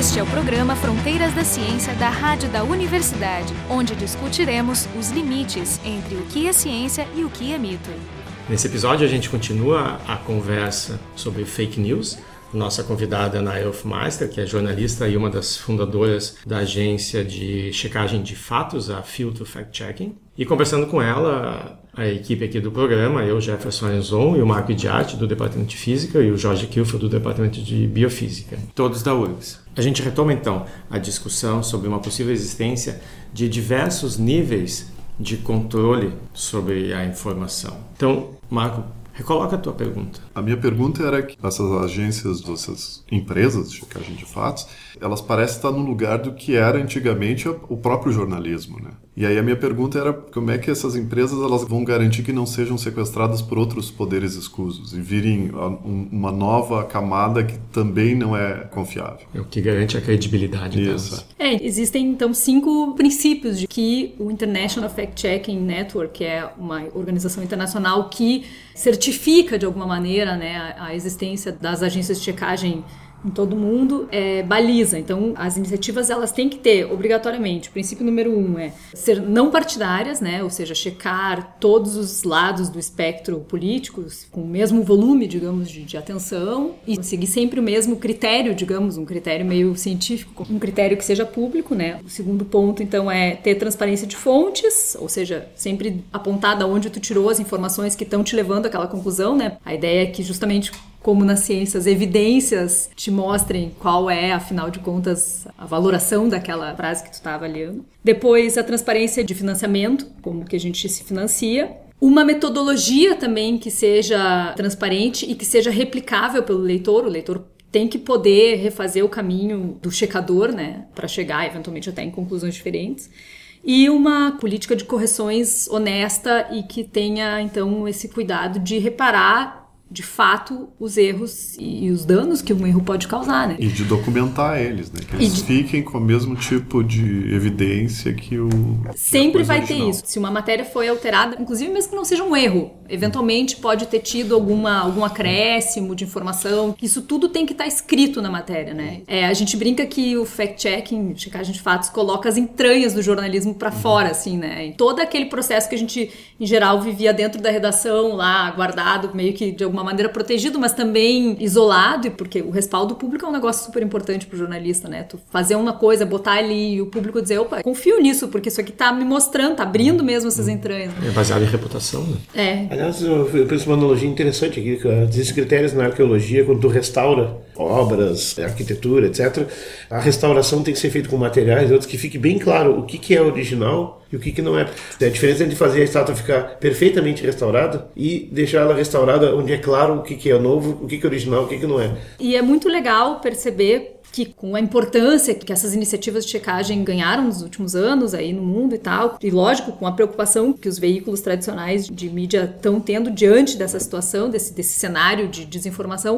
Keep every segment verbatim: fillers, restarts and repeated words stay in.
Este é o programa Fronteiras da Ciência da Rádio da Universidade, onde discutiremos os limites entre o que é ciência e o que é mito. Nesse episódio a gente continua a conversa sobre fake news. Nossa convidada é Naya Hofmeister, que é jornalista e uma das fundadoras da agência de checagem de fatos, a Filtro Fact Checking. E conversando com ela, a equipe aqui do programa, eu, Jefferson Enzon, e o Marco Idiarte, do Departamento de Física, e o Jorge Kilfer, do Departamento de Biofísica. Todos da U F S. A gente retoma, então, a discussão sobre uma possível existência de diversos níveis de controle sobre a informação. Então, Marco, recoloca a tua pergunta. A minha pergunta era que essas agências, essas empresas de checagem de fatos, elas parecem estar no lugar do que era antigamente o próprio jornalismo, né? E aí a minha pergunta era como é que essas empresas elas vão garantir que não sejam sequestradas por outros poderes escusos e virem uma nova camada que também não é confiável. É o que garante a credibilidade delas. É, existem então cinco princípios de que o International Fact Checking Network, que é uma organização internacional que certifica de alguma maneira, né, a, a existência das agências de checagem em todo o mundo, é, baliza. Então, as iniciativas elas têm que ter, obrigatoriamente, o princípio número um é ser não partidárias, né? Ou seja, checar todos os lados do espectro político com o mesmo volume, digamos, de, de atenção e seguir sempre o mesmo critério, digamos, um critério meio científico, um critério que seja público, né? O segundo ponto, então, é ter transparência de fontes, ou seja, sempre apontar de onde tu tirou as informações que estão te levando àquela conclusão, né? A ideia é que justamente como na ciência as evidências te mostrem qual é, afinal de contas, a valoração daquela frase que tu está avaliando. Depois, a transparência de financiamento, como que a gente se financia. Uma metodologia também que seja transparente e que seja replicável pelo leitor. O leitor tem que poder refazer o caminho do checador, né, para chegar, eventualmente, até em conclusões diferentes. E uma política de correções honesta e que tenha, então, esse cuidado de reparar de fato, os erros e, e os danos que um erro pode causar, né? E de documentar eles, né? Que eles de... fiquem com o mesmo tipo de evidência que o... Sempre vai original. ter isso. Se uma matéria foi alterada, inclusive mesmo que não seja um erro, eventualmente pode ter tido alguma, algum acréscimo de informação. Isso tudo tem que estar escrito na matéria, né? É, a gente brinca que o fact-checking, checagem de fatos, coloca as entranhas do jornalismo para fora, assim, né? E todo aquele processo que a gente, em geral, vivia dentro da redação, lá, guardado, meio que de alguma maneira protegido, mas também isolado, porque o respaldo público é um negócio super importante pro jornalista, né? Tu fazer uma coisa, botar ali e o público dizer, opa, confio nisso, porque isso aqui tá me mostrando, tá abrindo mesmo essas entranhas. Né? É baseado em reputação, né? É. Aliás, eu penso uma analogia interessante aqui, que existem critérios na arqueologia, quando tu restaura obras, arquitetura, etcétera, a restauração tem que ser feita com materiais, outros que fique bem claro o que, que é original e o que, que não é. A diferença entre fazer a estátua ficar perfeitamente restaurada e deixar ela restaurada onde é claro o que, que é novo, o que, que é original, o que, que não é. E é muito legal perceber que com a importância que essas iniciativas de checagem ganharam nos últimos anos aí no mundo e tal, e lógico, com a preocupação que os veículos tradicionais de mídia estão tendo diante dessa situação, desse, desse cenário de desinformação,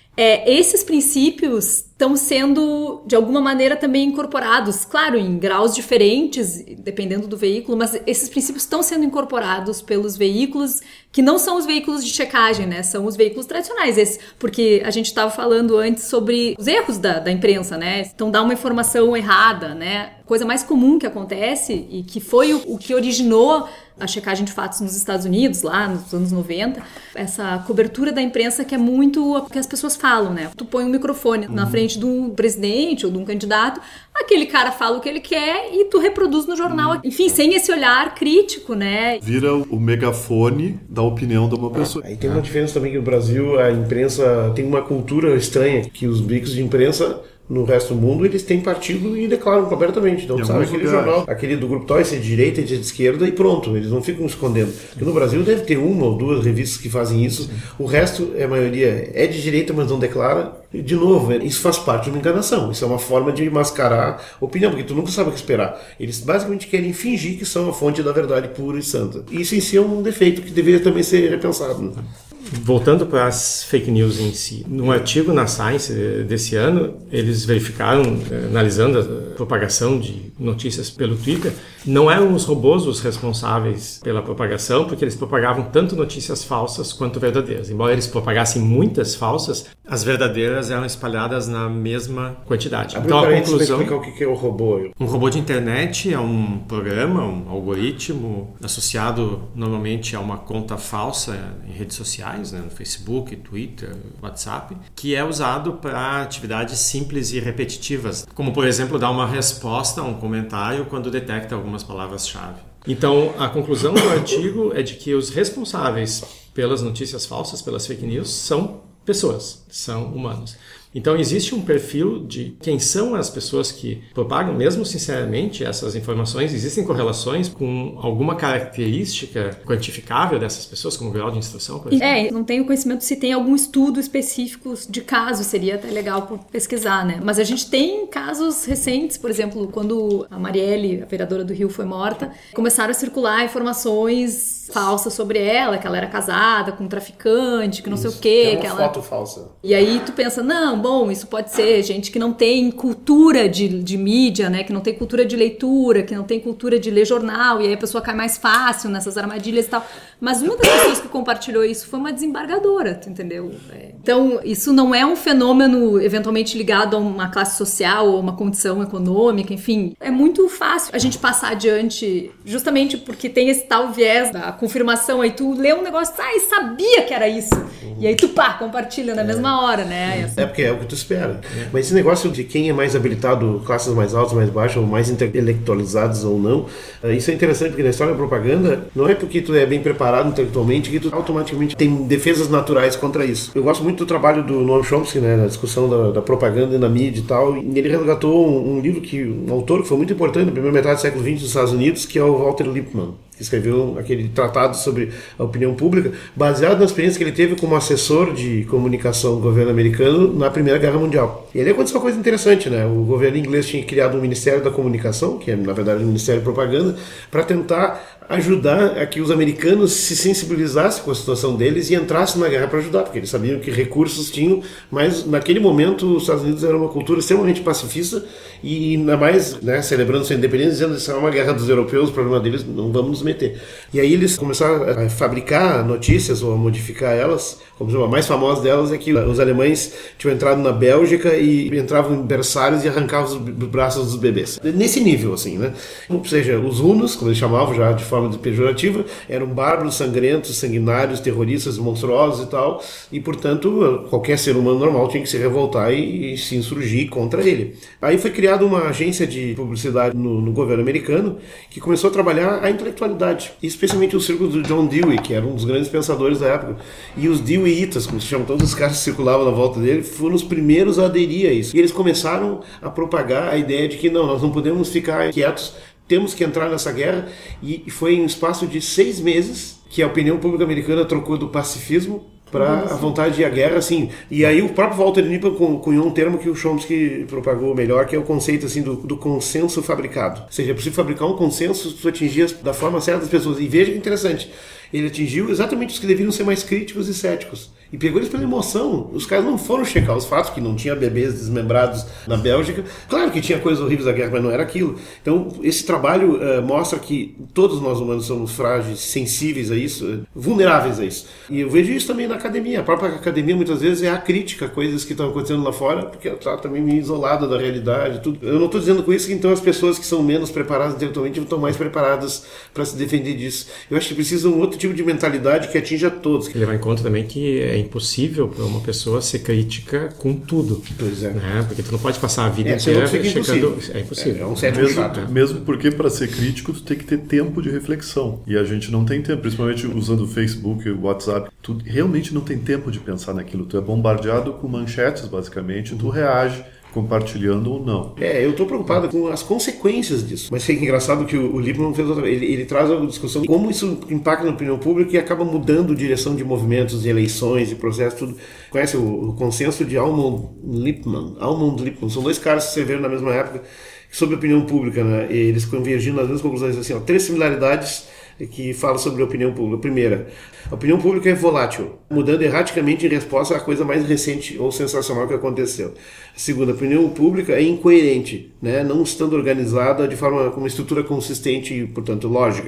é, esses princípios estão sendo, de alguma maneira, também incorporados, claro, em graus diferentes, dependendo do veículo, mas esses princípios estão sendo incorporados pelos veículos que não são os veículos de checagem, né? São os veículos tradicionais, esses, porque a gente estava falando antes sobre os erros da, da imprensa, né? Então, dar uma informação errada, né? Coisa mais comum que acontece e que foi o, o que originou a checagem de fatos nos Estados Unidos, lá nos anos noventa, essa cobertura da imprensa que é muito o que as pessoas falam, né? Tu põe um microfone uhum. na frente de um presidente ou de um candidato, aquele cara fala o que ele quer e tu reproduz no jornal. Uhum. Enfim, sem esse olhar crítico, né? Vira o megafone da opinião de uma pessoa. Aí tem uma diferença também que no Brasil a imprensa tem uma cultura estranha, que os veículos de imprensa no resto do mundo, eles têm partido e declaram abertamente. Então, sabe, aquele lugares. jornal, aquele do Grupo Tal, esse é de direita e de esquerda e pronto, eles não ficam escondendo. Porque no Brasil deve ter uma ou duas revistas que fazem isso. Sim. O resto, a maioria é de direita, mas não declara. E, de novo, isso faz parte de uma enganação. Isso é uma forma de mascarar opinião, porque tu nunca sabe o que esperar. Eles basicamente querem fingir que são a fonte da verdade pura e santa. E isso em si é um defeito que deveria também ser repensado. Né? Voltando para as fake news em si, num artigo na Science desse ano, eles verificaram, analisando a propagação de notícias pelo Twitter, não eram os robôs os responsáveis pela propagação, porque eles propagavam tanto notícias falsas quanto verdadeiras. Embora eles propagassem muitas falsas, As verdadeiras eram espalhadas na mesma quantidade. Abre Então, um a conclusão... explicar o que é o robô. Um robô de internet é um programa, um algoritmo associado normalmente a uma conta falsa em redes sociais, né, no Facebook, Twitter, WhatsApp, que é usado para atividades simples e repetitivas, como, por exemplo, dar uma resposta a um comentário quando detecta algumas palavras-chave. Então, a conclusão do artigo é de que os responsáveis pelas notícias falsas, pelas fake news, são pessoas, são humanos. Então, existe um perfil de quem são as pessoas que propagam, mesmo sinceramente, essas informações. Existem correlações com alguma característica quantificável dessas pessoas, como grau de instrução, por exemplo? É, não tenho conhecimento se tem algum estudo específico de caso, seria até legal pesquisar, né? Mas a gente tem casos recentes, por exemplo, quando a Marielle, a vereadora do Rio, foi morta, começaram a circular informações falsas sobre ela, que ela era casada com um traficante, que não Isso, sei o quê. que é uma que ela... foto falsa. E aí tu pensa, não, bom, isso pode ser gente que não tem cultura de, de mídia, né? Que não tem cultura de leitura, que não tem cultura de ler jornal, e aí a pessoa cai mais fácil nessas armadilhas e tal. Mas uma das pessoas que compartilhou isso foi uma desembargadora, tu entendeu? É. Então, isso não é um fenômeno eventualmente ligado a uma classe social ou uma condição econômica, enfim. É muito fácil a gente passar adiante, justamente porque tem esse tal viés da confirmação, aí tu lê um negócio, ah, e sabia que era isso. Uhum. E aí tu, pá, compartilha na é. mesma hora, né? Assim. É porque é o que tu espera. É. Mas esse negócio de quem é mais habilitado, classes mais altas, mais baixas, ou mais intelectualizados ou não, isso é interessante, porque na história da propaganda, não é porque tu é bem preparado intelectualmente que tu automaticamente tem defesas naturais contra isso. Eu gosto muito do trabalho do Noam Chomsky, né, na discussão da, da propaganda na mídia e tal, e ele resgatou um, um livro que, um autor que foi muito importante na primeira metade do século vinte dos Estados Unidos, que é o Walter Lippmann, que escreveu aquele tratado sobre a opinião pública, baseado na experiência que ele teve como assessor de comunicação do governo americano na Primeira Guerra Mundial. E ali aconteceu uma coisa interessante, né? O governo inglês tinha criado um Ministério da Comunicação, que é, na verdade, um Ministério de Propaganda, para tentar ajudar a que os americanos se sensibilizassem com a situação deles e entrassem na guerra para ajudar, porque eles sabiam que recursos tinham, mas naquele momento os Estados Unidos era uma cultura extremamente pacifista e ainda mais, né, celebrando sua independência, dizendo que isso é uma guerra dos europeus, o problema deles, não vamos nos meter. E aí eles começaram a fabricar notícias ou a modificar elas. Como a mais famosa delas é que os alemães tinham entrado na Bélgica e entravam em berçários e arrancavam os braços dos bebês. Nesse nível, assim, né? Ou seja, os hunos, como eles chamavam já de forma pejorativa, eram bárbaros, sangrentos, sanguinários, terroristas, monstruosos e tal, e, portanto, qualquer ser humano normal tinha que se revoltar e, e se insurgir contra ele. Aí foi criada uma agência de publicidade no, no governo americano que começou a trabalhar a intelectualidade, especialmente o círculo do John Dewey, que era um dos grandes pensadores da época, e os Dewey como se chamam, todos os caras que circulavam na volta dele, foram os primeiros a aderir a isso. E eles começaram a propagar a ideia de que não, nós não podemos ficar quietos, temos que entrar nessa guerra. E foi em um espaço de seis meses que a opinião pública americana trocou do pacifismo para a vontade de ir à guerra, assim. E aí o próprio Walter Lippmann cunhou um termo que o Chomsky propagou melhor, que é o conceito, assim, do, do consenso fabricado. Ou seja, é possível fabricar um consenso para atingir da forma certa as pessoas. E veja que interessante, ele atingiu exatamente os que deveriam ser mais críticos e céticos. E pegou eles pela emoção. Os caras não foram checar os fatos, que não tinha bebês desmembrados na Bélgica. Claro que tinha coisas horríveis da guerra, mas não era aquilo. Então, esse trabalho uh, mostra que todos nós humanos somos frágeis, sensíveis a isso, uh, vulneráveis a isso. E eu vejo isso também na academia. A própria academia, muitas vezes, é a crítica a coisas que estão acontecendo lá fora, porque ela está também meio isolada da realidade. Tudo. Eu não estou dizendo com isso que, então, as pessoas que são menos preparadas intelectualmente estão mais preparadas para se defender disso. Eu acho que precisa um outro tipo de mentalidade que atinja todos. Levar em conta também que é impossível para uma pessoa ser crítica com tudo. Pois é. Né? Porque tu não pode passar a vida é, inteira checando... Impossível. É impossível. É, é um certo mesmo, chato. Mesmo porque para ser crítico tu tem que ter tempo de reflexão. E a gente não tem tempo, principalmente usando o Facebook, o WhatsApp. Tu realmente não tem tempo de pensar naquilo. Tu é bombardeado com manchetes, basicamente, tu reage compartilhando ou não. É, eu estou preocupado com as consequências disso. Mas é engraçado que o, o Lippmann fez outra vez. Ele, ele traz a discussão de como isso impacta na opinião pública e acaba mudando direção de movimentos, de eleições, de processos, tudo. Conhece o, o consenso de Almond Lippmann? Almond Lippmann. São dois caras que escreveram na mesma época sobre a opinião pública, né? E eles convergindo nas mesmas conclusões, assim, ó, três similaridades que fala sobre a opinião pública. Primeira, a opinião pública é volátil, mudando erraticamente em resposta à coisa mais recente ou sensacional que aconteceu. A segunda, a opinião pública é incoerente, né? Não estando organizada de forma com uma estrutura consistente e, portanto, lógica.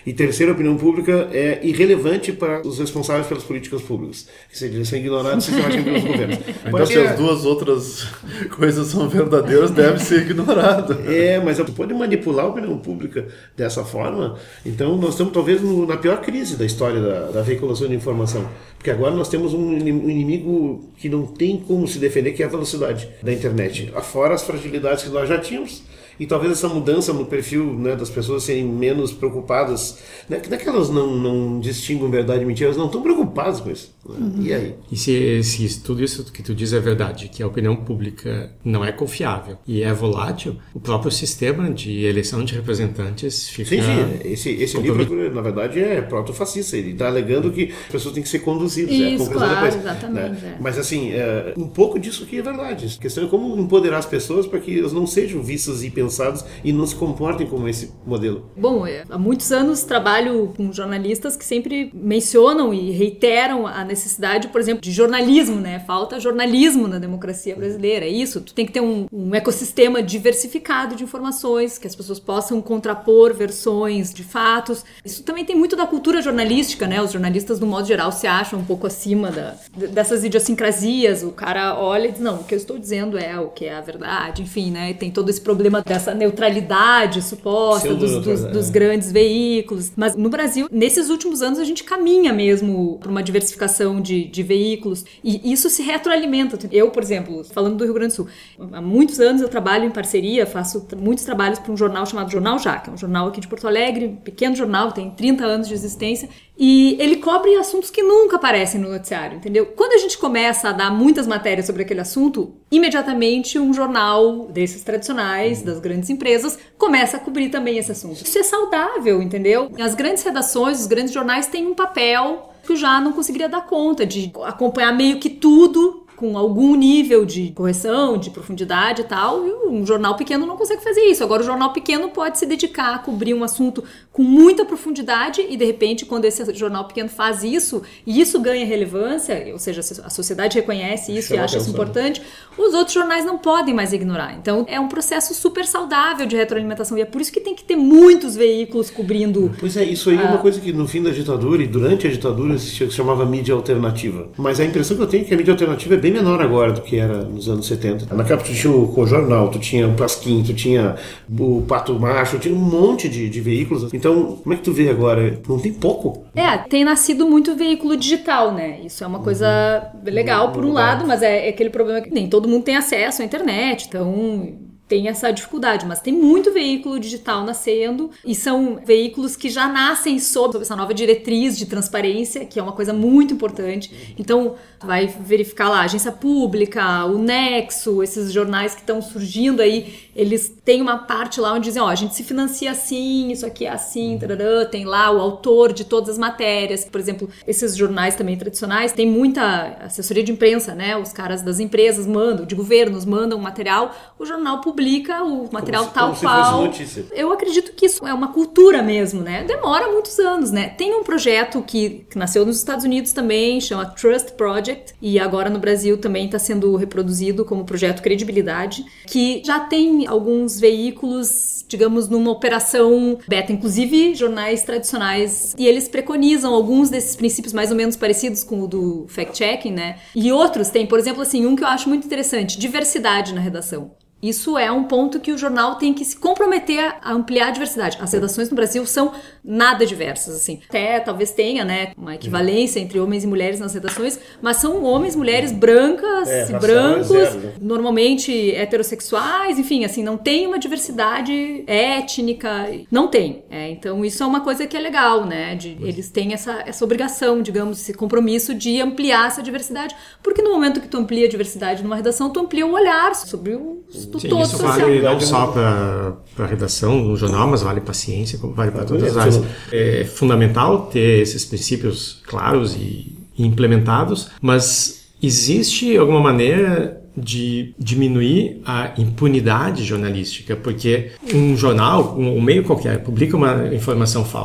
E terceiro, a opinião pública é irrelevante para os responsáveis pelas políticas públicas. Ou seja, eles são ignorados sistematicamente pelos governos. Então, se as duas outras coisas são verdadeiras, deve ser ignorado. É, mas tu pode manipular a opinião pública dessa forma. Então, nós estamos talvez no, na pior crise da história da, da veiculação de informação. Porque agora nós temos um inimigo que não tem como se defender, que é a velocidade da internet. Afora as fragilidades que nós já tínhamos. E talvez essa mudança no perfil, né, das pessoas serem menos preocupadas, né, que não é que elas não, não distinguem verdade e mentira, elas não estão preocupadas com isso. Né? Uhum. E aí? E se, se tudo isso que tu diz é verdade, que a opinião pública não é confiável e é volátil, o próprio sistema de eleição de representantes fica... Sim, sim. Esse, esse livro, na verdade, é proto-fascista. Ele está alegando que as pessoas têm que ser conduzidas. Isso, é a claro, coisa, exatamente. Né? É. Mas, assim, é, um pouco disso aqui é verdade. A questão é como empoderar as pessoas para que elas não sejam vistas e pensadas e não se comportem como esse modelo. Bom, há muitos anos trabalho com jornalistas que sempre mencionam e reiteram a necessidade, por exemplo, de jornalismo, né? Falta jornalismo na democracia brasileira. É isso, tu tem que ter um, um ecossistema diversificado de informações, que as pessoas possam contrapor versões de fatos. Isso também tem muito da cultura jornalística, né? Os jornalistas, no modo geral, se acham um pouco acima da, dessas idiosincrasias. O cara olha e diz, não, o que eu estou dizendo é o que é a verdade, enfim, né? E tem todo esse problema dessa neutralidade suposta dos, dos, dos grandes veículos. Mas no Brasil, nesses últimos anos, a gente caminha mesmo para uma diversificação de, de veículos e isso se retroalimenta. Eu, por exemplo, falando do Rio Grande do Sul, há muitos anos eu trabalho em parceria, faço muitos trabalhos para um jornal chamado Jornal Já, que é um jornal aqui de Porto Alegre, um pequeno jornal, tem trinta anos de existência, e ele cobre assuntos que nunca aparecem no noticiário, entendeu? Quando a gente começa a dar muitas matérias sobre aquele assunto, imediatamente um jornal desses tradicionais, das grandes empresas, começa a cobrir também esse assunto. Isso é saudável, entendeu? As grandes redações, os grandes jornais têm um papel que eu já não conseguiria dar conta de acompanhar meio que tudo com algum nível de correção, de profundidade e tal, e um jornal pequeno não consegue fazer isso. Agora o jornal pequeno pode se dedicar a cobrir um assunto com muita profundidade e de repente quando esse jornal pequeno faz isso, e isso ganha relevância, ou seja, a sociedade reconhece isso Chama e acha isso importante, os outros jornais não podem mais ignorar. Então é um processo super saudável de retroalimentação e é por isso que tem que ter muitos veículos cobrindo... Pois é, isso aí a... é uma coisa que no fim da ditadura e durante a ditadura se chamava mídia alternativa. Mas a impressão que eu tenho é que a mídia alternativa é bem menor agora do que era nos anos setenta. Na capa tu tinha o Cojornal, tu tinha o Plasquim, tu tinha o Pato Macho, tinha um monte de, de veículos. Então, como é que tu vê agora? Não tem pouco. É, tem nascido muito veículo digital, né? Isso é uma coisa uhum. legal por um uhum. lado, mas é, é aquele problema que nem todo mundo tem acesso à internet, então... tem essa dificuldade, mas tem muito veículo digital nascendo e são veículos que já nascem sob essa nova diretriz de transparência, que é uma coisa muito importante. Então, vai verificar lá a agência pública, o Nexo, esses jornais que estão surgindo aí, eles têm uma parte lá onde dizem, ó, a gente se financia assim, isso aqui é assim, tarará, tem lá o autor de todas as matérias. Por exemplo, esses jornais também tradicionais, tem muita assessoria de imprensa, né? Os caras das empresas mandam, de governos, mandam material, o jornal publica o material como tal se, qual. Notícia. Eu acredito que isso é uma cultura mesmo, né? Demora muitos anos, né? Tem um projeto que, que nasceu nos Estados Unidos também, chama Trust Project, e agora no Brasil também está sendo reproduzido como projeto Credibilidade, que já tem alguns veículos, digamos, numa operação beta, inclusive jornais tradicionais, e eles preconizam alguns desses princípios mais ou menos parecidos com o do fact-checking, né? E outros tem, por exemplo, assim, um que eu acho muito interessante, diversidade na redação. Isso é um ponto que o jornal tem que se comprometer a ampliar a diversidade. As redações no Brasil são nada diversas, assim. Até talvez tenha, né, uma equivalência entre homens e mulheres nas redações, mas são homens, mulheres brancas é, e brancos, é zero, né? Normalmente heterossexuais, enfim, assim, não tem uma diversidade étnica, não tem. É, então isso é uma coisa que é legal, né, de, eles têm essa, essa obrigação, digamos, esse compromisso de ampliar essa diversidade, porque no momento que tu amplia a diversidade numa redação, tu amplia o olhar sobre o do Sim, todo isso social. vale não só para a redação no jornal, mas vale para a ciência, como vale para todas as áreas. É fundamental ter esses princípios claros e, e implementados, mas existe alguma maneira de diminuir a impunidade jornalística, porque um jornal, um meio qualquer, publica uma informação falsa.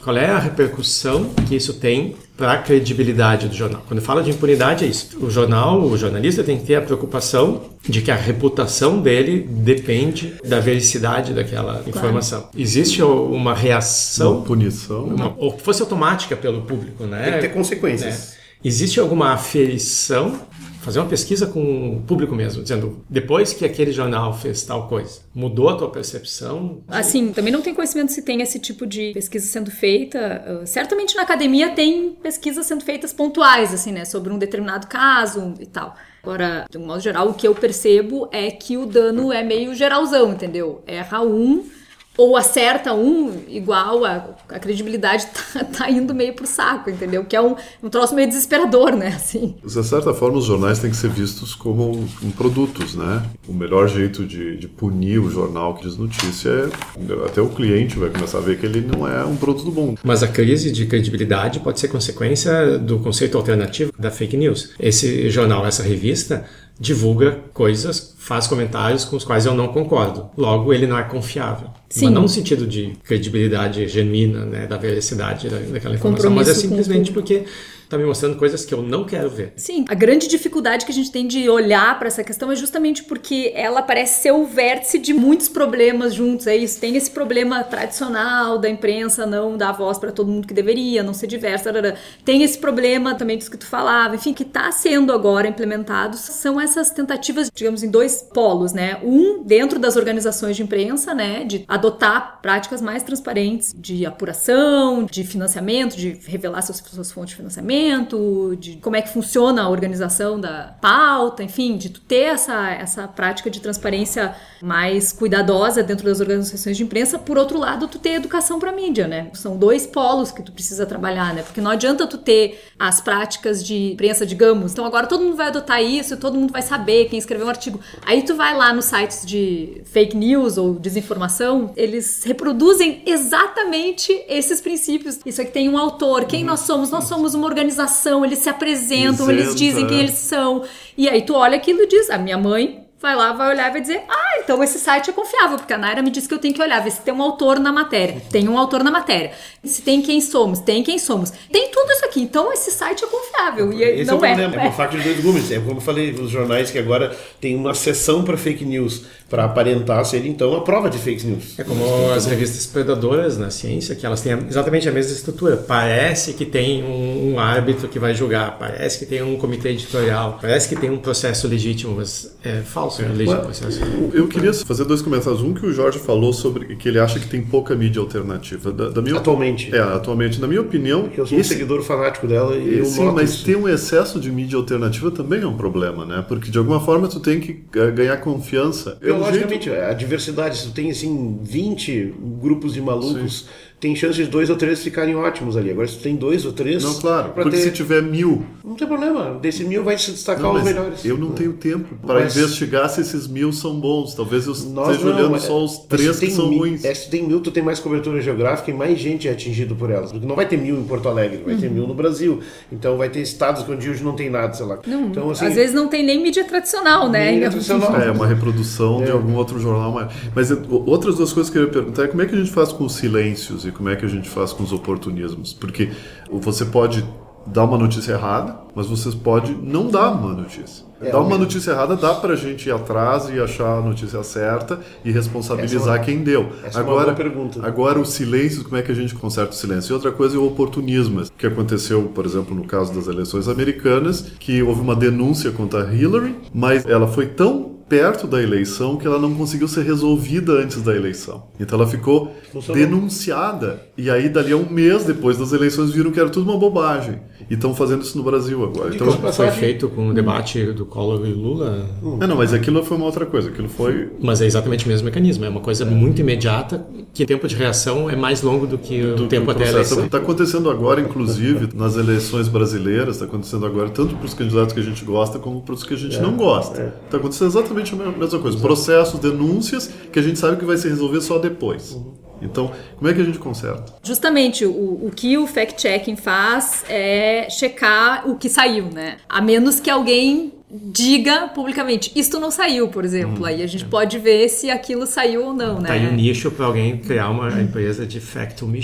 Qual é a repercussão que isso tem para a credibilidade do jornal? Quando fala de impunidade é isso. O jornal, o jornalista tem que ter a preocupação de que a reputação dele depende da vericidade daquela informação. Claro. Existe uma reação... Uma punição. Uma, ou que fosse automática pelo público, né? Tem que ter consequências. Né? Existe alguma aferição, fazer uma pesquisa com o público mesmo, dizendo, depois que aquele jornal fez tal coisa, mudou a tua percepção? Assim, também não tem conhecimento se tem esse tipo de pesquisa sendo feita. Uh, certamente na academia tem pesquisas sendo feitas pontuais, assim, né, sobre um determinado caso e tal. Agora, de um modo geral, o que eu percebo é que o dano é meio geralzão, entendeu? Erra um... ou acerta um, igual a, a credibilidade tá, tá indo meio pro saco, entendeu? Que é um, um troço meio desesperador, né? Assim. De certa forma, os jornais têm que ser vistos como um, um produtos, né? O melhor jeito de, de punir o jornal que diz notícia é... Até o cliente vai começar a ver que ele não é um produto bom. Mas a crise de credibilidade pode ser consequência do conceito alternativo da fake news. Esse jornal, essa revista... divulga coisas, faz comentários com os quais eu não concordo. Logo, ele não é confiável. Sim. Mas não no sentido de credibilidade genuína, né, da veracidade da, daquela informação, mas é simplesmente porque está me mostrando coisas que eu não quero ver. Sim, a grande dificuldade que a gente tem de olhar para essa questão é justamente porque ela parece ser o vértice de muitos problemas juntos. É isso, tem esse problema tradicional da imprensa não dar voz para todo mundo que deveria, não ser diversa. Tem esse problema também disso que tu falava, enfim, que está sendo agora implementado. São essas tentativas, digamos, em dois polos, né? Um, dentro das organizações de imprensa, né, de adotar práticas mais transparentes de apuração, de financiamento, de revelar suas, suas fontes de financiamento, de como é que funciona a organização da pauta, enfim, de tu ter essa, essa prática de transparência mais cuidadosa dentro das organizações de imprensa. Por outro lado, tu ter educação para mídia, né? São dois polos que tu precisa trabalhar, né? Porque não adianta tu ter as práticas de imprensa, digamos, então agora todo mundo vai adotar isso, todo mundo vai saber quem escreveu um artigo. Aí tu vai lá nos sites de fake news ou desinformação, eles reproduzem exatamente esses princípios. Isso aqui tem um autor, quem nós somos? Nós somos uma organização organização, eles se apresentam, Isenta. Eles dizem quem eles são. E aí tu olha aquilo e diz, a minha mãe vai lá, vai olhar e vai dizer, ah, então esse site é confiável, porque a Naira me disse que eu tenho que olhar, ver se tem um autor na matéria. Tem um autor na matéria. Se tem quem somos, tem quem somos. Tem tudo isso aqui, então esse site é confiável. E esse não é o problema, é. é uma faca de dois gumes. É como eu falei, os jornais que agora tem uma seção para fake news, para aparentar ser, então, a prova de fake news. É como as revistas predadoras na ciência, que elas têm exatamente a mesma estrutura. Parece que tem um, um árbitro que vai julgar, parece que tem um comitê editorial, parece que tem um processo legítimo, mas é falso. É, legítimo processo. Eu queria fazer dois comentários. Um que o Jorge falou sobre que ele acha que tem pouca mídia alternativa. Da, da minha atualmente. É, atualmente. Na minha opinião... Porque eu sou esse, um seguidor fanático dela e eu sim, noto mas isso. ter um excesso de mídia alternativa também é um problema, né? Porque de alguma forma tu tem que ganhar confiança. Eu, logicamente, jeito... a diversidade, se tu tem assim vinte grupos de malucos, sim, tem chance de dois ou três ficarem ótimos ali. Agora, se tu tem dois ou três... Não, claro, porque ter... se tiver mil... Não tem problema, desse mil vai se destacar não, os melhores. Eu não tenho tempo para mas... investigar se esses mil são bons. Talvez eu Nós esteja não, olhando só os três que são mil, ruins. É, se tem mil, tu tem mais cobertura geográfica e mais gente é atingido por elas. Porque não vai ter mil em Porto Alegre, vai uhum. ter mil no Brasil. Então vai ter estados onde hoje não tem nada, sei lá. Não, então, assim, às vezes não tem nem mídia tradicional, né? Mídia tradicional. É, uma reprodução é. de algum outro jornal. Mas outras duas coisas que eu ia perguntar é como é que a gente faz com os silêncios e como é que a gente faz com os oportunismos. Porque você pode dar uma notícia errada, mas você pode não dar uma notícia. É, dar uma notícia errada dá pra gente ir atrás e achar a notícia certa e responsabilizar uma, quem deu. Essa agora, é uma boa pergunta. Agora, o silêncio, como é que a gente conserta o silêncio? E outra coisa é o oportunismo, que aconteceu, por exemplo, no caso das eleições americanas, que houve uma denúncia contra Hillary, mas ela foi tão perto da eleição que ela não conseguiu ser resolvida antes da eleição. Então ela ficou Funcionou. denunciada. E aí, dali a um mês depois das eleições, viram que era tudo uma bobagem. E estão fazendo isso no Brasil agora. Então, foi feito com o debate do Collor e Lula? Hum. Não, não, mas aquilo foi uma outra coisa. Aquilo foi... Mas é exatamente o mesmo mecanismo. É uma coisa é. muito imediata, que o tempo de reação é mais longo do que o do tempo até a eleição. Está acontecendo agora, inclusive, nas eleições brasileiras, está acontecendo agora tanto para os candidatos que a gente gosta como para os que a gente é. não gosta. Está é. acontecendo exatamente a mesma coisa. Processos, denúncias, que a gente sabe que vai se resolver só depois. Uhum. Então, como é que a gente conserta? Justamente, o, o que o fact-checking faz é checar o que saiu, né? A menos que alguém diga publicamente, isto não saiu, por exemplo. Hum, aí a gente é. pode ver se aquilo saiu ou não, né? Tá aí um nicho para alguém criar uma empresa de fact omission.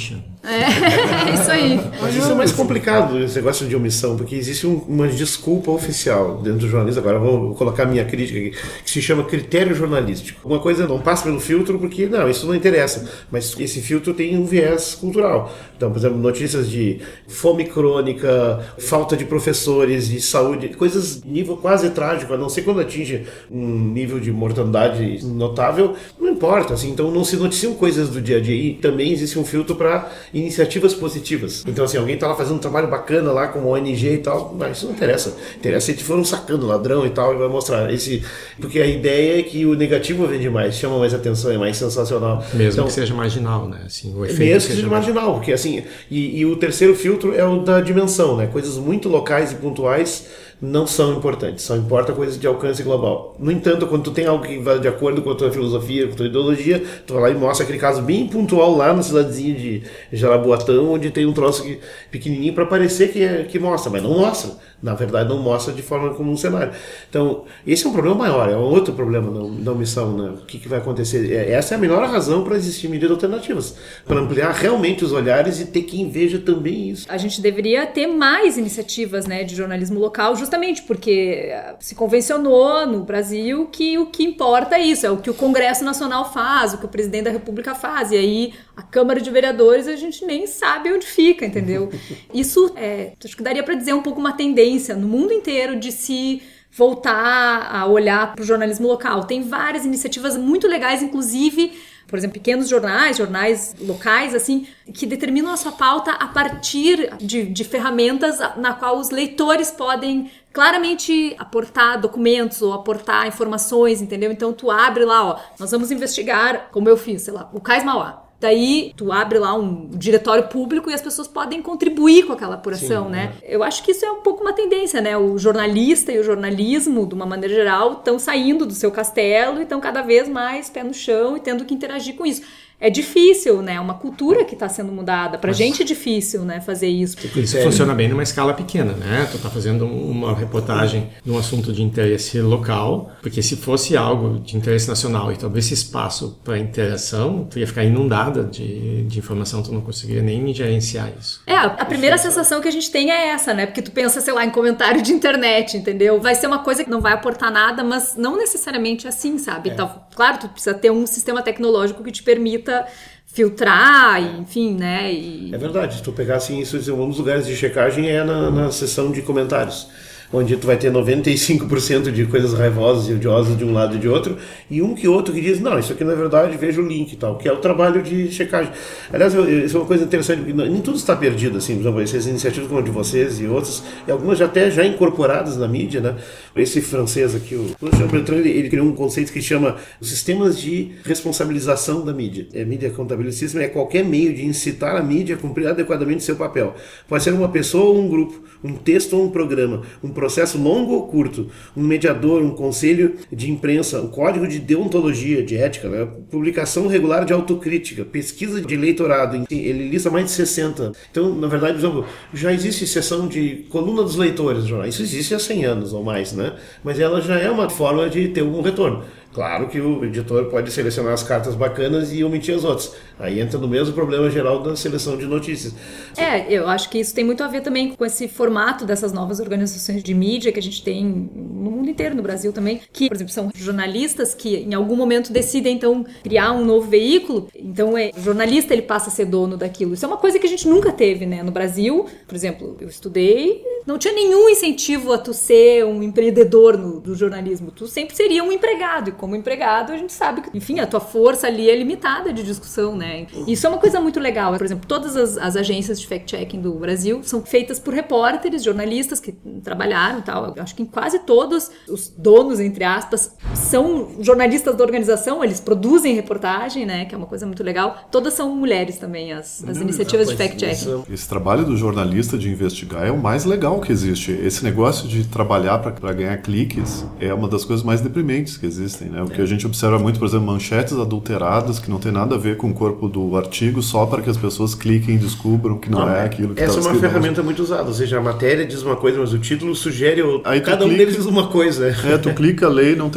É, é isso aí. Mas isso é mais complicado, esse negócio de omissão, porque existe um, uma desculpa oficial dentro do jornalismo. Agora vou colocar a minha crítica aqui, que se chama critério jornalístico. Uma coisa não passa pelo filtro porque, não, isso não interessa, mas esse filtro tem um viés cultural. Então, por exemplo, notícias de fome crônica, falta de professores, de saúde, coisas de nível quase trágico, a não ser quando atinge um nível de mortandade notável, não importa, assim, então não se noticiam coisas do dia a dia. E também existe um filtro para iniciativas positivas. Então, assim, alguém está lá fazendo um trabalho bacana lá com o O N G e tal, mas isso não interessa. Interessa se foram sacando ladrão e tal, e vai mostrar. Esse, porque a ideia é que o negativo vende mais, chama mais atenção, é mais sensacional. Mesmo então, que seja marginal, né? Assim, o efeito mesmo que seja, seja marginal, porque assim, e, e o terceiro filtro é o da dimensão, né? Coisas muito locais e pontuais não são importantes, só importa coisas de alcance global. No entanto, quando tu tem algo que vai de acordo com a tua filosofia, com a tua ideologia, tu vai lá e mostra aquele caso bem pontual lá na cidadezinha de Jaraboatão, onde tem um troço que, pequenininho para parecer que, é, que mostra, mas não mostra. Na verdade, não mostra de forma como um cenário. Então, esse é um problema maior, é um outro problema da, da omissão, né? O que, que vai acontecer? Essa é a melhor razão para existir mídias alternativas, para ampliar realmente os olhares e ter quem veja também isso. A gente deveria ter mais iniciativas, né, de jornalismo local, justamente porque se convencionou no Brasil que o que importa é isso, é o que o Congresso Nacional faz, o que o presidente da República faz, e aí a Câmara de Vereadores a gente nem sabe onde fica, entendeu? Isso, é, acho que daria para dizer um pouco uma tendência no mundo inteiro de se voltar a olhar para o jornalismo local. Tem várias iniciativas muito legais, inclusive, por exemplo, pequenos jornais, jornais locais, assim, que determinam a sua pauta a partir de, de ferramentas na qual os leitores podem claramente aportar documentos ou aportar informações, entendeu? Então tu abre lá, ó, nós vamos investigar, como eu fiz, sei lá, o Cais Mauá. Daí, tu abre lá um diretório público e as pessoas podem contribuir com aquela apuração, Sim, né? É. Eu acho que isso é um pouco uma tendência, né? O jornalista e o jornalismo, de uma maneira geral, estão saindo do seu castelo e estão cada vez mais pé no chão e tendo que interagir com isso. É difícil, né? É uma cultura que está sendo mudada. Pra Mas... gente é difícil, né? Fazer isso. Isso é. funciona bem numa escala pequena, né? Tu tá fazendo uma reportagem de um assunto de interesse local, porque se fosse algo de interesse nacional e tu abrisse espaço para interação, tu ia ficar inundada de, de informação, tu não conseguiria nem gerenciar isso. É, a, a primeira sensação que a gente tem é essa, né? Porque tu pensa, sei lá, em comentário de internet, entendeu? Vai ser uma coisa que não vai aportar nada, mas não necessariamente assim, sabe? É. Então, claro, tu precisa ter um sistema tecnológico que te permita filtrar, e, enfim, né? E... É verdade, se tu pegar assim, isso, um dos lugares de checagem é na, na seção de comentários, onde tu vai ter noventa e cinco por cento de coisas raivosas e odiosas de um lado e de outro, e um que outro que diz, não, isso aqui na verdade, veja o link e tal, que é o trabalho de checagem. Aliás, isso é uma coisa interessante, porque nem tudo está perdido, assim, por exemplo, essas iniciativas como a de vocês e outras, e algumas já até já incorporadas na mídia, né? Esse francês aqui, o Jean Bertrand, ele, ele criou um conceito que chama os sistemas de responsabilização da mídia. É Media Accountability System, é qualquer meio de incitar a mídia a cumprir adequadamente seu papel. Pode ser uma pessoa ou um grupo, um texto ou um programa, um processo longo ou curto, um mediador, um conselho de imprensa, um código de deontologia, de ética, né? Publicação regular de autocrítica, pesquisa de leitorado, ele lista mais de sessenta. Então, na verdade, por exemplo, já existe seção de coluna dos leitores, isso existe há cem anos ou mais, né? Mas ela já é uma forma de ter algum retorno. Claro que o editor pode selecionar as cartas bacanas e omitir as outras. Aí entra no mesmo problema geral da seleção de notícias. É, eu acho que isso tem muito a ver também com esse formato dessas novas organizações de mídia que a gente tem no mundo inteiro, no Brasil também, que, por exemplo, são jornalistas que em algum momento decidem, então, criar um novo veículo. Então, é, o jornalista, ele passa a ser dono daquilo. Isso é uma coisa que a gente nunca teve, né? No Brasil, por exemplo, eu estudei, não tinha nenhum incentivo a tu ser um empreendedor no, do jornalismo. Tu sempre seria um empregado. E como empregado, a gente sabe que, enfim, a tua força ali é limitada de discussão, né? Isso é uma coisa muito legal. Por exemplo, todas as, as agências de fact-checking do Brasil são feitas por repórteres, jornalistas que trabalharam e tal. Eu acho que em quase todos os donos, entre aspas, são jornalistas da organização, eles produzem reportagem, né? Que é uma coisa muito legal. Todas são mulheres também, as, as Não, iniciativas de fact-checking. Esse trabalho do jornalista de investigar é o mais legal que existe. Esse negócio de trabalhar para ganhar cliques é uma das coisas mais deprimentes que existem, né? O que a gente observa muito, por exemplo, manchetes adulteradas que não tem nada a ver com o corpo do artigo, só para que as pessoas cliquem e descubram que não, não é aquilo que essa estava é uma ferramenta muito usada, ou seja, a matéria diz uma coisa, mas o título sugere outra. Aí cada clica, um deles diz uma coisa. É, tu clica, lê, não tem nada a ver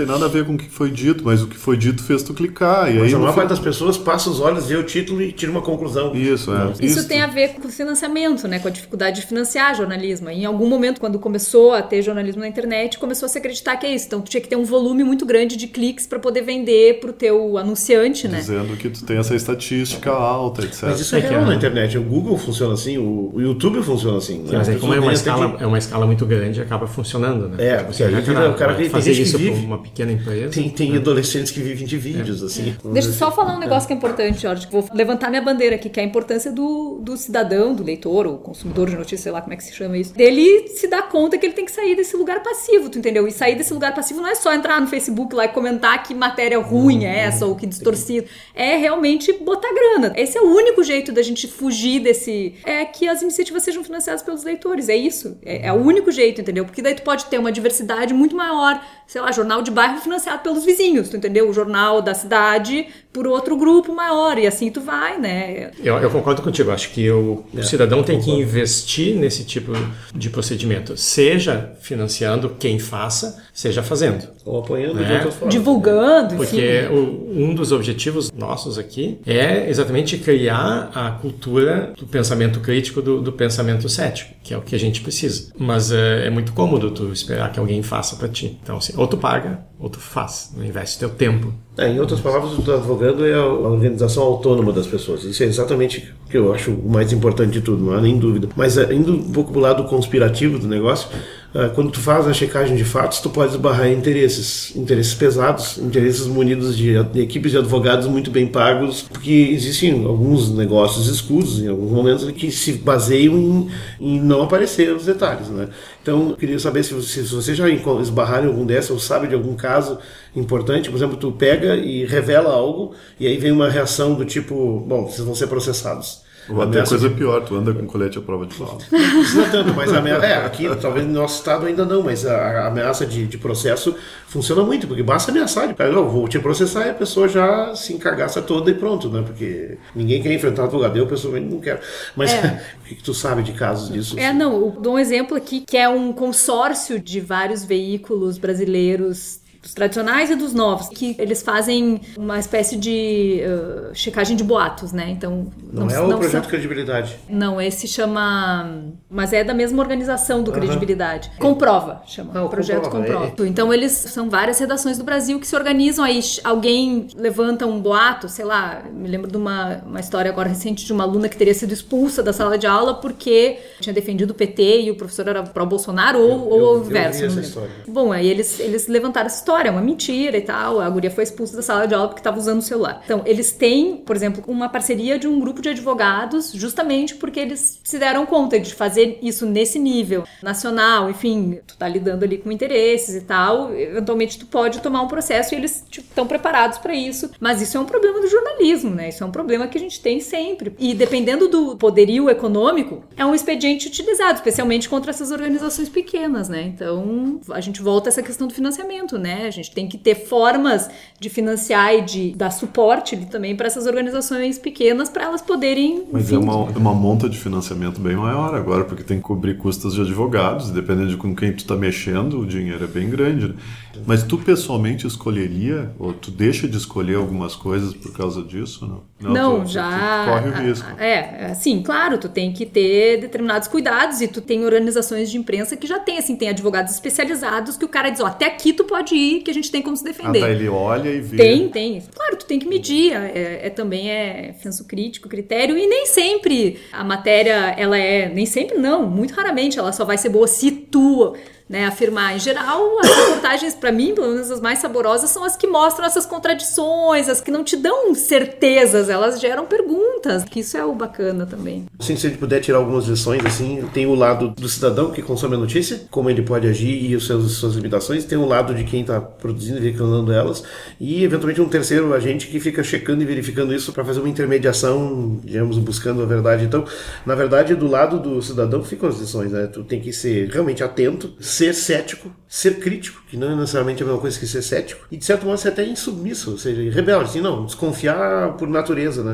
ver com o que foi dito, mas o que foi dito fez tu clicar. E mas aí, a maior no parte das pessoas passa os olhos, vê o título e tira uma conclusão. Isso, é. Isso, Isso tem a ver com o financiamento, né? Com a dificuldade de financiar jornalismo. Em algum momento, quando começou a ter jornalismo na internet, começou a se acreditar que é isso. Então, tu tinha que ter um volume muito grande de cliques para poder vender pro teu anunciante, né? Dizendo que tu tem essa estatística alta, etcétera. Mas isso é real na internet. O Google funciona assim, o YouTube funciona assim. Sim, mas aí, como é uma, escala, de... é uma escala muito grande, acaba funcionando, né? É, tipo, você já vira, o cara tem fazer gente isso que vive, uma pequena empresa. Tem, tem né? adolescentes que vivem de vídeos, é. assim. É. Deixa eu só falar um negócio que é importante, Jorge. Vou levantar minha bandeira aqui, que é a importância do, do cidadão, do leitor, ou consumidor de notícias, sei lá como é que se chama isso, dele se dar conta que ele tem que sair desse lugar passivo, tu entendeu? E sair desse lugar passivo não é só entrar no Facebook lá e comentar que matéria ruim é essa, ou que distorcido. É realmente botar grana. Esse é o único jeito da gente fugir desse... É que as iniciativas sejam financiadas pelos leitores, é isso. É, é o único jeito, entendeu? Porque daí tu pode ter uma diversidade muito maior, sei lá, jornal de bairro financiado pelos vizinhos, tu entendeu? O jornal da cidade por outro grupo maior, e assim tu vai, né? Eu, eu concordo contigo, acho que o, é, o cidadão tem que investir nesse tipo de procedimento, seja financiando quem faça, seja fazendo. Ou apoiando né? de outras formas. Divulgando, Porque enfim. O, um dos objetivos nossos aqui é exatamente criar a cultura do pensamento crítico, do, do pensamento cético, que é o que a gente precisa. Mas é, é muito cômodo tu esperar que alguém faça para ti. Então, assim, ou tu paga, ou tu faz, não investe teu tempo. É, em outras palavras, o advogado é a organização autônoma das pessoas. Isso é exatamente o que eu acho o mais importante de tudo, não há nem dúvida. Mas indo um pouco pro lado conspirativo do negócio, quando tu faz a checagem de fatos, tu pode esbarrar em interesses, interesses pesados, interesses munidos de, de equipes de advogados muito bem pagos, porque existem alguns negócios escusos em alguns momentos que se baseiam em, em não aparecer os detalhes, né? Então, eu queria saber se você, se você já esbarrar em algum desses ou sabe de algum caso importante, por exemplo, tu pega e revela algo e aí vem uma reação do tipo, bom, vocês vão ser processados. Ou até coisa pior, tu anda com colete à prova de bala. Não precisa tanto, mas a ameaça, é, aqui talvez no nosso estado ainda não, mas a, a ameaça de, de processo funciona muito, porque basta ameaçar, cara, não, vou te processar e a pessoa já se encagaça toda e pronto, né? Porque ninguém quer enfrentar o advogado, eu pessoalmente não quero. Mas é. O que, que tu sabe de casos disso? É, não, eu dou um exemplo aqui que é um consórcio de vários veículos brasileiros, dos tradicionais e dos novos, que eles fazem uma espécie de uh, checagem de boatos, né? Então não, não é o não projeto são... Credibilidade. Não, esse chama, mas é da mesma organização do Credibilidade. Uhum. Comprova, chama. Não, projeto Comprova. Comprova. É. Então eles são várias redações do Brasil que se organizam, aí alguém levanta um boato, sei lá, me lembro de uma, uma história agora recente de uma aluna que teria sido expulsa da sala de aula porque tinha defendido o P T e o professor era pró-Bolsonaro ou, eu, ou o inverso. Eu vi essa história. Bom, aí eles, eles levantaram essa história, é uma mentira e tal, a guria foi expulsa da sala de aula porque estava usando o celular. Então, eles têm, por exemplo, uma parceria de um grupo de advogados justamente porque eles se deram conta de fazer isso nesse nível nacional, enfim, tu tá lidando ali com interesses e tal, eventualmente tu pode tomar um processo e eles estão preparados para isso, mas isso é um problema do jornalismo, né? Isso é um problema que a gente tem sempre. E dependendo do poderio econômico, é um expediente utilizado, especialmente contra essas organizações pequenas, né? Então, a gente volta a essa questão do financiamento, né? A gente tem que ter formas de financiar e de dar suporte também para essas organizações pequenas para elas poderem... Mas enfim, é uma, uma monta de financiamento bem maior agora, porque tem que cobrir custas de advogados, dependendo de com quem tu está mexendo, o dinheiro é bem grande. Né? Mas tu pessoalmente escolheria, ou tu deixa de escolher algumas coisas por causa disso? Não, não, não tu, já... Tu corre o risco. É, assim, claro, tu tem que ter determinados cuidados e tu tem organizações de imprensa que já tem, assim, tem advogados especializados que o cara diz, ó, até aqui tu pode ir, que a gente tem como se defender. Ah, tá, ele olha e vê. Tem, tem. Claro, tu tem que medir, é, é também é senso crítico, critério, e nem sempre a matéria, ela é, nem sempre não, muito raramente ela só vai ser boa se tu... Né, afirmar. Em geral, as reportagens, para mim, pelo menos as mais saborosas, são as que mostram essas contradições, as que não te dão certezas, elas geram perguntas, que isso é o bacana também. Sim, se a gente puder tirar algumas lições, assim, tem o lado do cidadão que consome a notícia, como ele pode agir e os seus, suas limitações, tem o lado de quem está produzindo e verificando elas, e eventualmente um terceiro agente que fica checando e verificando isso para fazer uma intermediação, digamos, buscando a verdade. Então, na verdade, do lado do cidadão ficam as lições, né? Tu tem que ser realmente atento, ser cético, ser crítico, que não é necessariamente a mesma coisa que ser cético, e de certo modo ser até insubmisso, ou seja, rebelde, assim, não, desconfiar por natureza, né?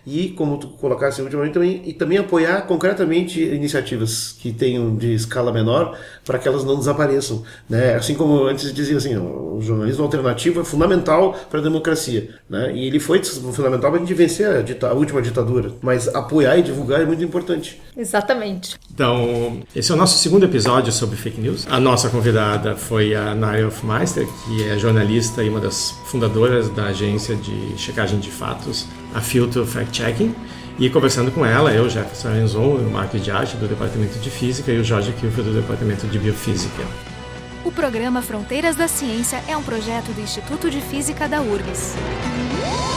e, como tu colocaste ultimamente, também, e também apoiar concretamente iniciativas que tenham de escala menor para que elas não desapareçam, né? Assim como antes dizia assim, o jornalismo alternativo é fundamental para a democracia, né? E ele foi fundamental para a gente vencer a, dita- a última ditadura, mas apoiar e divulgar é muito importante. Exatamente. Então, esse é o nosso segundo episódio sobre fake news. A nossa convidada foi a Naya Hofmeister, que é jornalista e uma das fundadoras da agência de checagem de fatos, a Filter Fact Checking. E conversando com ela, eu, Jefferson Arenzon, o Marco de Arte do Departamento de Física e o Jorge Kilfer do Departamento de Biofísica. O programa Fronteiras da Ciência é um projeto do Instituto de Física da U R G S.